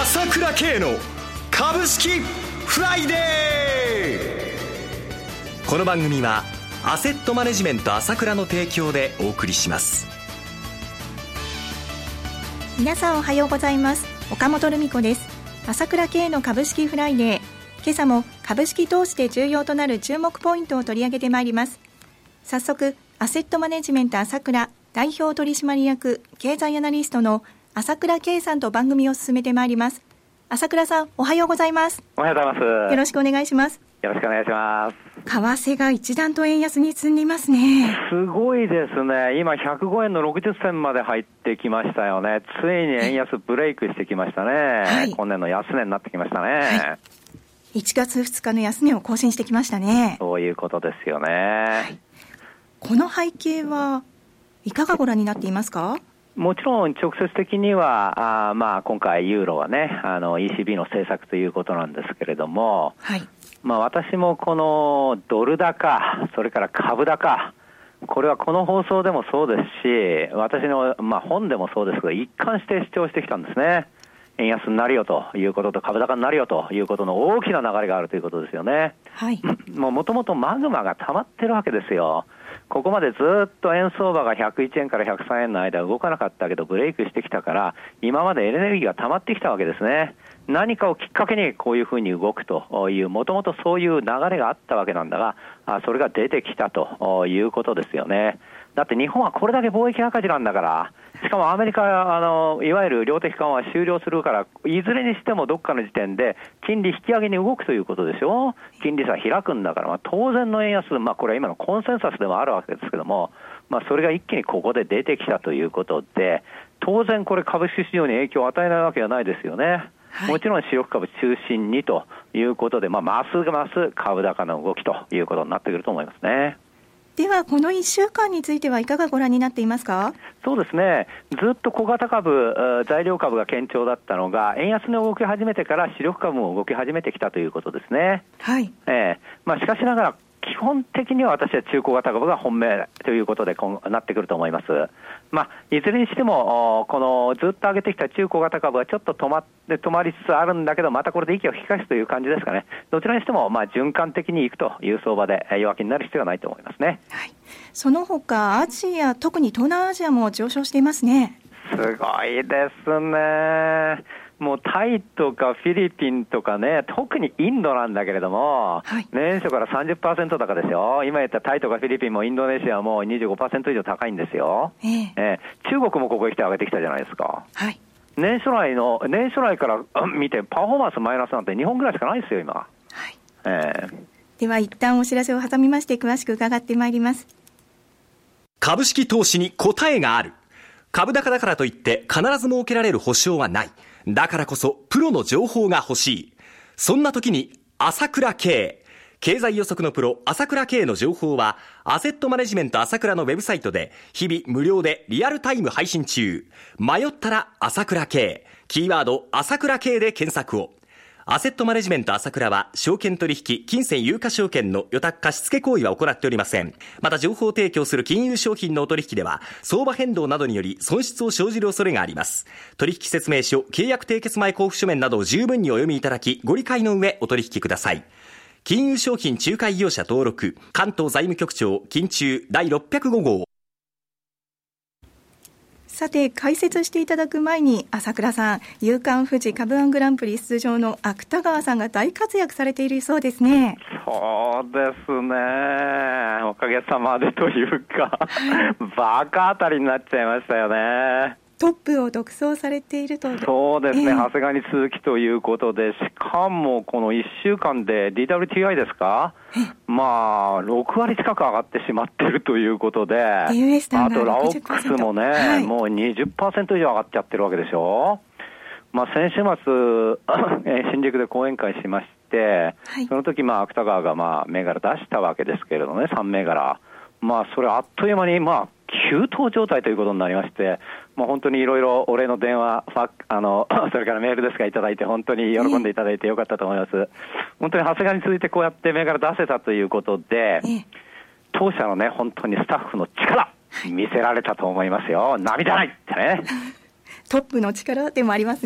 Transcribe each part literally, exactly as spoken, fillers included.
朝倉慶の株式フライデー。この番組はアセットマネジメント朝倉の提供でお送りします。 皆さんおはようございます。岡本留美子です。朝倉慶の株式フライデー、今朝も株式投資で重要となる注目ポイントを取り上げてまいります。早速、アセットマネジメント朝倉代表取締役経済アナリストの朝倉慶さんと番組を進めてまいります。朝倉さん、おはようございます。 おはようございます。 よろしくお願いします。 よろしくお願いします。 為替が一段と円安に進んでいますね。 すごいですね。今ひゃくごえんのろくじゅっせんまで入ってきましたよね。ついに円安ブレイクしてきましたね、はい、今年の安値になってきましたね、はい、 いちがつふつかの安値を更新してきましたね。 そういうことですよね、はい、 この背景はいかがご覧になっていますか？ もちろん直接的にはあ、まあ、今回ユーロはね、あの イーシービー の政策ということなんですけれども、はい、まあ、私もこのドル高、それから株高、これはこの放送でもそうですし、私の、まあ、本でもそうですけど、一貫して主張してきたんですね。円安になるよということと株高になるよということの大きな流れがあるということですよね。はい、もともとマグマが溜まってるわけですよ。ここまでずっと円相場がひゃくいちえんからひゃくさんえんの間動かなかったけどブレイクしてきたから、今までエネルギーが溜まってきたわけですね。何かをきっかけにこういうふうに動くという、もともとそういう流れがあったわけなんだが、それが出てきたということですよね。だって日本はこれだけ貿易赤字なんだから、しかもアメリカ、あのいわゆる量的緩和は終了するから、いずれにしてもどっかの時点で金利引き上げに動くということでしょ。金利差開くんだから、まあ、当然の円安、まあ、これは今のコンセンサスでもあるわけですけども、まあ、それが一気にここで出てきたということで、当然これ株式市場に影響を与えないわけはないですよね。はい、もちろん主力株中心にということで、まあ、ますます株高の動きということになってくると思いますね。 ではこのいっしゅうかんについてはいかがご覧になっていますか？ そうですね、ずっと小型株、材料株が堅調だったのが、円安の動き始めてから主力株も動き始めてきたということですね。はい、えーまあ、しかしながら基本的には私は中小型株が本命ということでなってくると思います。まあ、いずれにしてもこのずっと上げてきた中小型株はちょっと止まって止まりつつあるんだけど、またこれで息を引き返すという感じですかね。どちらにしてもまあ循環的にいくという相場で弱気になる必要はないと思いますね。 はい、その他アジア、特に東南アジアも上昇していますね。 すごいですね。もうタイとかフィリピンとかね、特にインドなんだけれども、はい、年初から さんじゅっパーセント 高ですよ。今言ったタイとかフィリピンもインドネシアも にじゅうごパーセント 以上高いんですよ。えーえー、中国もここへ来て上げてきたじゃないですか。はい、年初来の年初来から見てパフォーマンスマイナスなんてにほんぐらいしかないですよ今。はい、 えー、では一旦お知らせを挟みまして詳しく伺ってまいります。 株式投資に答えがある。株高だからといって必ず設けられる保証はない。だからこそプロの情報が欲しい。そんな時に朝倉慶、経済予測のプロ朝倉慶の情報はアセットマネジメント朝倉のウェブサイトで日々無料でリアルタイム配信中。迷ったら朝倉慶、キーワード朝倉慶で検索を。アセットマネジメント朝倉は証券取引、金銭有価証券の予託貸付行為は行っておりません。また情報提供する金融商品のお取引では相場変動などにより損失を生じる恐れがあります。取引説明書、契約締結前交付書面などを十分にお読みいただき、ご理解の上お取引ください。金融商品仲介業者登録、関東財務局長金中だいろっぴゃくご号。 さて解説していただく前に朝倉さん、夕刊富士株ワングランプリ出場の芥川さんが大活躍されているそうですね。 そうですね、おかげさまでというかバカ当たりになっちゃいましたよね。 トップを独走されていると。 そうですね、 えー、 長谷川に続きということで、しかもこのいっしゅうかんで ディーダブリューティーアイ ですか、まあろくわり近く上がってしまっているということで、あとラオックスもね、はい、もう にじゅっパーセント 以上上がっちゃってるわけでしょ。まあ、先週末新宿で講演会しまして、はい、その時まあ芥川がまあ銘柄出したわけですけれどね、さん銘柄、まあそれあっという間にまあ急騰状態ということになりまして、もう本当にいろいろお礼の電話、ファあのそれからメールですがいただいて、本当に喜んでいただいてよかったと思います。えー、本当に長谷川に続いてこうやって銘柄出せたということで、えー、当社のね本当にスタッフの力見せられたと思いますよ。涙ないってねトップの力でもありますね。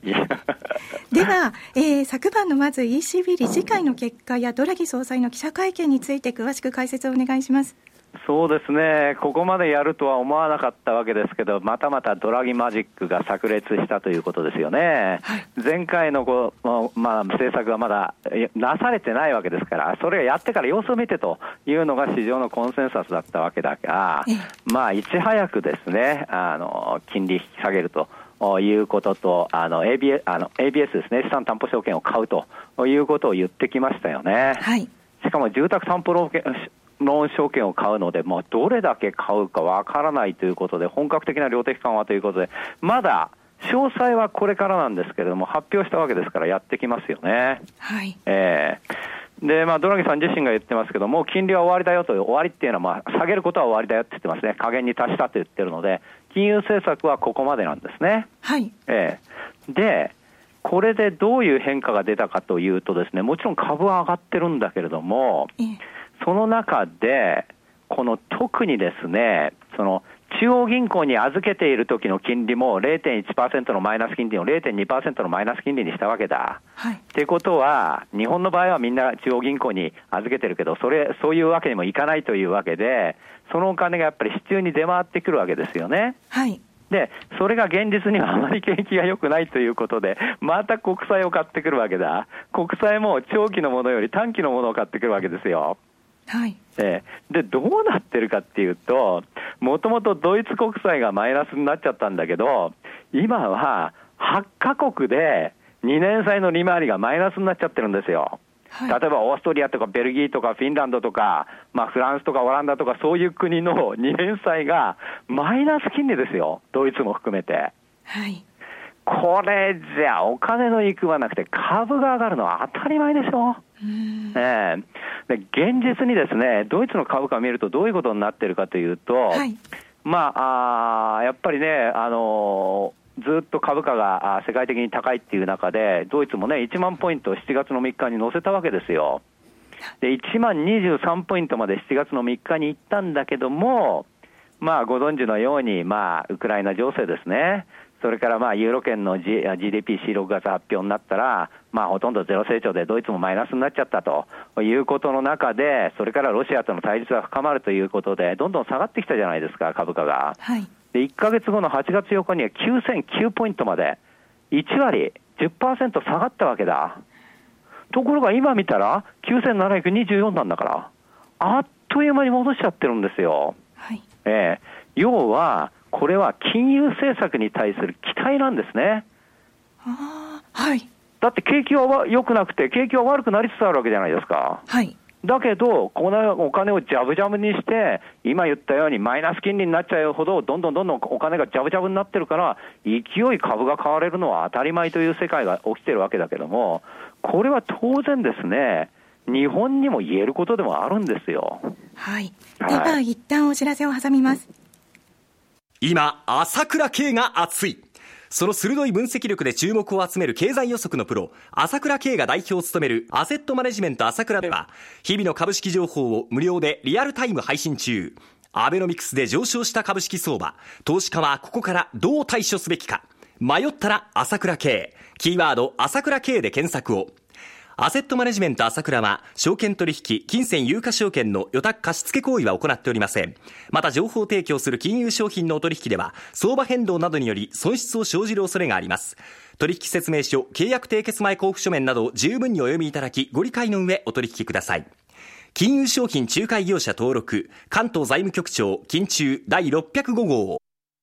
では、えー、昨晩のまず イーシービー 理事会の結果やドラギ総裁の記者会見について詳しく解説をお願いします。 そうですね、ここまでやるとは思わなかったわけですけど、またまたドラギマジックが炸裂したということですよね、はい、前回のこう、まあ、政策がまだなされてないわけですから、それをやってから様子を見てというのが市場のコンセンサスだったわけだが、まあ、いち早くですね、あの金利引き下げるということと、あの エービーエス、あの エービーエス ですね、資産担保証券を買うということを言ってきましたよね、はい、しかも住宅担保ローン証券を買うので、もうどれだけ買うかわからないということで、本格的な量的緩和ということで、まだ詳細はこれからなんですけれども、発表したわけですからやってきますよね。はい、えーでまあ、ドラギさん自身が言ってますけども、金利は終わりだよと、終わりっていうのは、まあ、下げることは終わりだよって言ってますね。下限に達したと言ってるので、金融政策はここまでなんですね。はい、えー、でこれでどういう変化が出たかというとですね、もちろん株は上がってるんだけれども、えーその中で、この特にですね、その中央銀行に預けている時の金利も れいてんいちパーセント のマイナス金利を れいてんにパーセント のマイナス金利にしたわけだ。はい。ってことは、日本の場合はみんな中央銀行に預けてるけど、それ、そういうわけにもいかないというわけで、そのお金がやっぱり市中に出回ってくるわけですよね。はい。で、それが現実にはあまり景気が良くないということで、また国債を買ってくるわけだ。国債も長期のものより短期のものを買ってくるわけですよ。はい、えー、でどうなってるかっていうと、もともとドイツ国債がマイナスになっちゃったんだけど、今ははちカ国でにねん債の利回りがマイナスになっちゃってるんですよ。はい、例えばオーストリアとかベルギーとかフィンランドとか、まあ、フランスとかオランダとかそういう国のにねん債がマイナス金利ですよ、ドイツも含めて。はい、これじゃお金の行くはなくて株が上がるのは当たり前でしょ。えー、で現実にですね、ドイツの株価を見るとどういうことになっているかというと、はい、まあ、あやっぱりね、あのー、ずっと株価が世界的に高いっていう中で、ドイツもねいちまんポイントをしちがつのみっかに乗せたわけですよ。でいちまんにじゅうさんポイントまでしちがつのみっかに行ったんだけども、まあご存知のように、まあウクライナ情勢ですね、それからまあユーロ圏の ジーディーピーシーろく 月発表になったら、まあほとんどゼロ成長でドイツもマイナスになっちゃったということの中で、それからロシアとの対立が深まるということで、どんどん下がってきたじゃないですか、株価が。はい、でいっかげつごのはちがつようかにはきゅうせんきゅうポイントまでいちわり じゅっパーセント 下がったわけだ。ところが今見たらきゅうせんななひゃくにじゅうよんなんだから、あっという間に戻しちゃってるんですよ。はい、えー、要はこれは金融政策に対する期待なんですね。あ、はい、だって景気は良くなくて景気は悪くなりつつあるわけじゃないですか。はい、だけどこのお金をジャブジャブにして、今言ったようにマイナス金利になっちゃうほどどんどんどんどんお金がジャブジャブになってるから、勢い株が買われるのは当たり前という世界が起きてるわけだけども、これは当然ですね、日本にも言えることでもあるんですよ。はい、では、はい、一旦お知らせを挟みます。 今朝倉慶が熱い。その鋭い分析力で注目を集める経済予測のプロ、朝倉慶が代表を務めるアセットマネジメント朝倉では、日々の株式情報を無料でリアルタイム配信中。アベノミクスで上昇した株式相場、投資家はここからどう対処すべきか。迷ったら朝倉慶、キーワード朝倉慶で検索を。アセットマネジメント朝倉は、証券取引、金銭有価証券の予託貸付行為は行っておりません。また情報提供する金融商品のお取引では、相場変動などにより損失を生じる恐れがあります。取引説明書、契約締結前交付書面などを十分にお読みいただき、ご理解の上お取引ください。金融商品仲介業者登録、関東財務局長、金中第ろっぴゃくご号。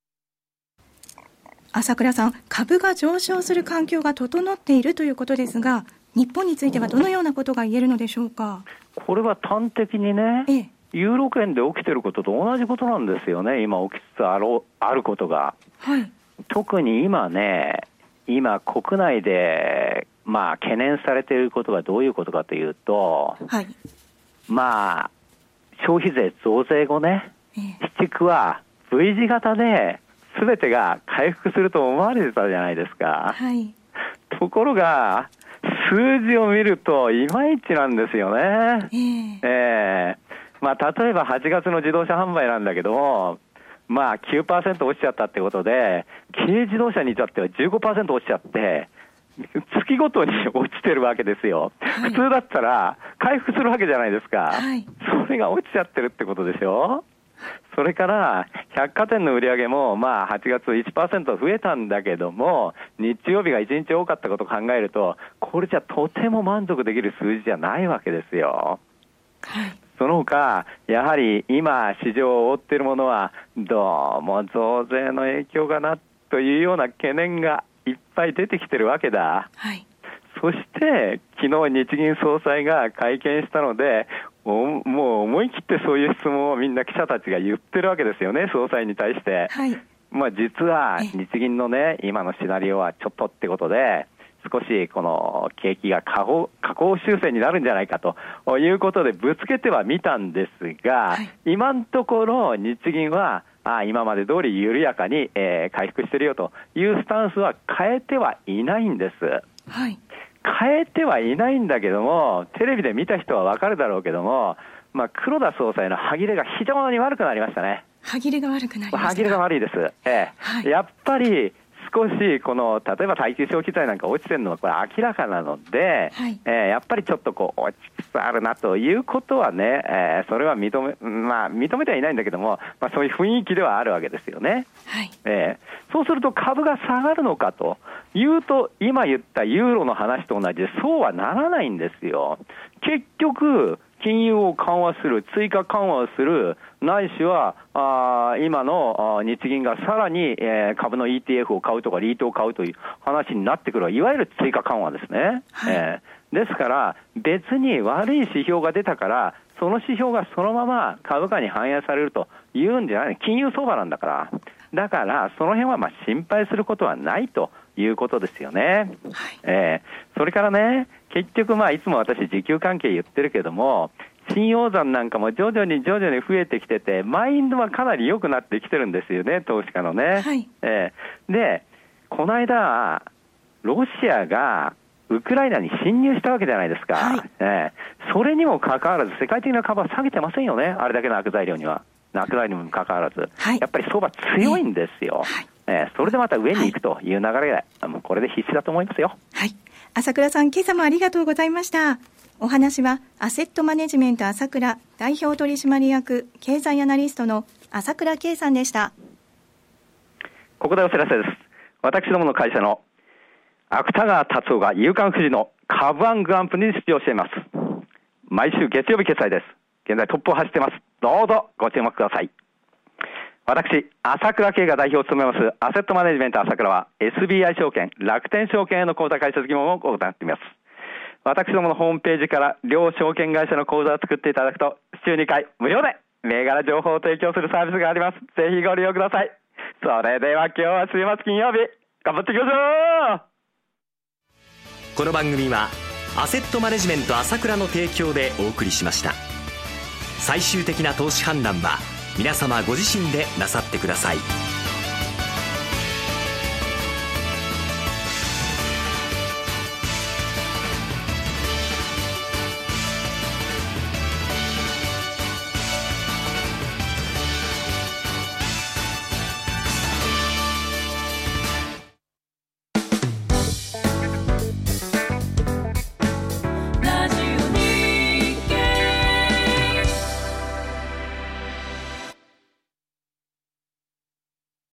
朝倉さん、株が上昇する環境が整っているということですが、日本についてはどのようなことが言えるのでしょうか。 これは端的にね、ええ、ユーロ圏で起きていることと同じことなんですよね。今起きつつある、あることが、はい、特に今ね、今国内で、まあ、懸念されていることがどういうことかというと、はい、まあ消費税増税後ね、ええ、市区は V 字型で全てが回復すると思われてたじゃないですか。はい、ところが数字を見るといまいちなんですよね。えーえーまあ、例えばはちがつの自動車販売なんだけども、まあ、きゅうパーセント 落ちちゃったってことで、軽自動車に至っては じゅうごパーセント 落ちちゃって、 月ごとに落ちてるわけですよ、はい、普通だったら回復するわけじゃないですか、はい、それが落ちちゃってるってことでしょ。それから百貨店の売り上げもまあはちがつ いちパーセント 増えたんだけども、日曜日がいちにち多かったことを考えると、これじゃとても満足できる数字じゃないわけですよ。はい、その他やはり今市場を覆っているものはどうも増税の影響かなというような懸念がいっぱい出てきてるわけだ。はい、そして昨日日銀総裁が会見したので、もう思い切ってそういう質問をみんな記者たちが言ってるわけですよね、総裁に対して。はい、まあ実は日銀のね今のシナリオはちょっとってことで、少しこの景気が下方、下降修正になるんじゃないかということでぶつけてはみたんですが、はい、今のところ日銀はあ今まで通り緩やかに、えー、回復してるよというスタンスは変えてはいないんです。はい、変えてはいないんだけども、テレビで見た人はわかるだろうけども、まあ、黒田総裁の歯切れが非常に悪くなりましたね。 歯切れが悪くなりました。 歯切れが悪いです。ええはい、やっぱり少しこの例えば耐久消費財なんか落ちてるのはこれ明らかなので、はいえー、やっぱりちょっとこう落ちつつあるなということはね、えー、それは認め、まあ、認めてはいないんだけども、まあ、そういう雰囲気ではあるわけですよね。はいえー、そうすると株が下がるのかというと、今言ったユーロの話と同じでそうはならないんですよ。結局金融を緩和する、追加緩和をする、ないしはあ今の日銀がさらに、えー、株の イーティーエフ を買うとかリートを買うという話になってくる、いわゆる追加緩和ですね。はいえー、ですから別に悪い指標が出たからその指標がそのまま株価に反映されるというんじゃない。金融相場なんだから。だからその辺はまあ心配することはないということですよね。はいえー、それからね、結局まあいつも私時給関係言ってるけども、信用残なんかも徐々に徐々に増えてきてて、マインドはかなり良くなってきてるんですよね、投資家のね。はいえー、でこの間ロシアがウクライナに侵入したわけじゃないですか。はいえー、それにもかかわらず世界的な株は下げてませんよね、あれだけの悪材料には。悪材料にもかかわらず、はい、やっぱり相場強いんですよ。はいえー、それでまた上に行くという流れで、もうこれで必死だと思いますよ。 はい、朝倉さん、今朝もありがとうございました。お話はアセットマネジメント朝倉代表取締役経済アナリストの朝倉圭さんでした。 ここでお知らせです。私どもの会社の芥川達夫が夕刊フジの株ワングランプリに出場しています。毎週月曜日決済です。現在トップを走っています。どうぞご注目ください。私、朝倉圭が代表を務めますアセットマネジメント朝倉は エスビーアイ 証券、楽天証券への口座開設業務を行っています。私どものホームページから両証券会社の口座を作っていただくと週にかい無料で銘柄情報を提供するサービスがあります。ぜひご利用ください。それでは今日は週末金曜日、頑張っていきましょう。 この番組はアセットマネジメント朝倉の提供でお送りしました。最終的な投資判断は皆様ご自身でなさってください。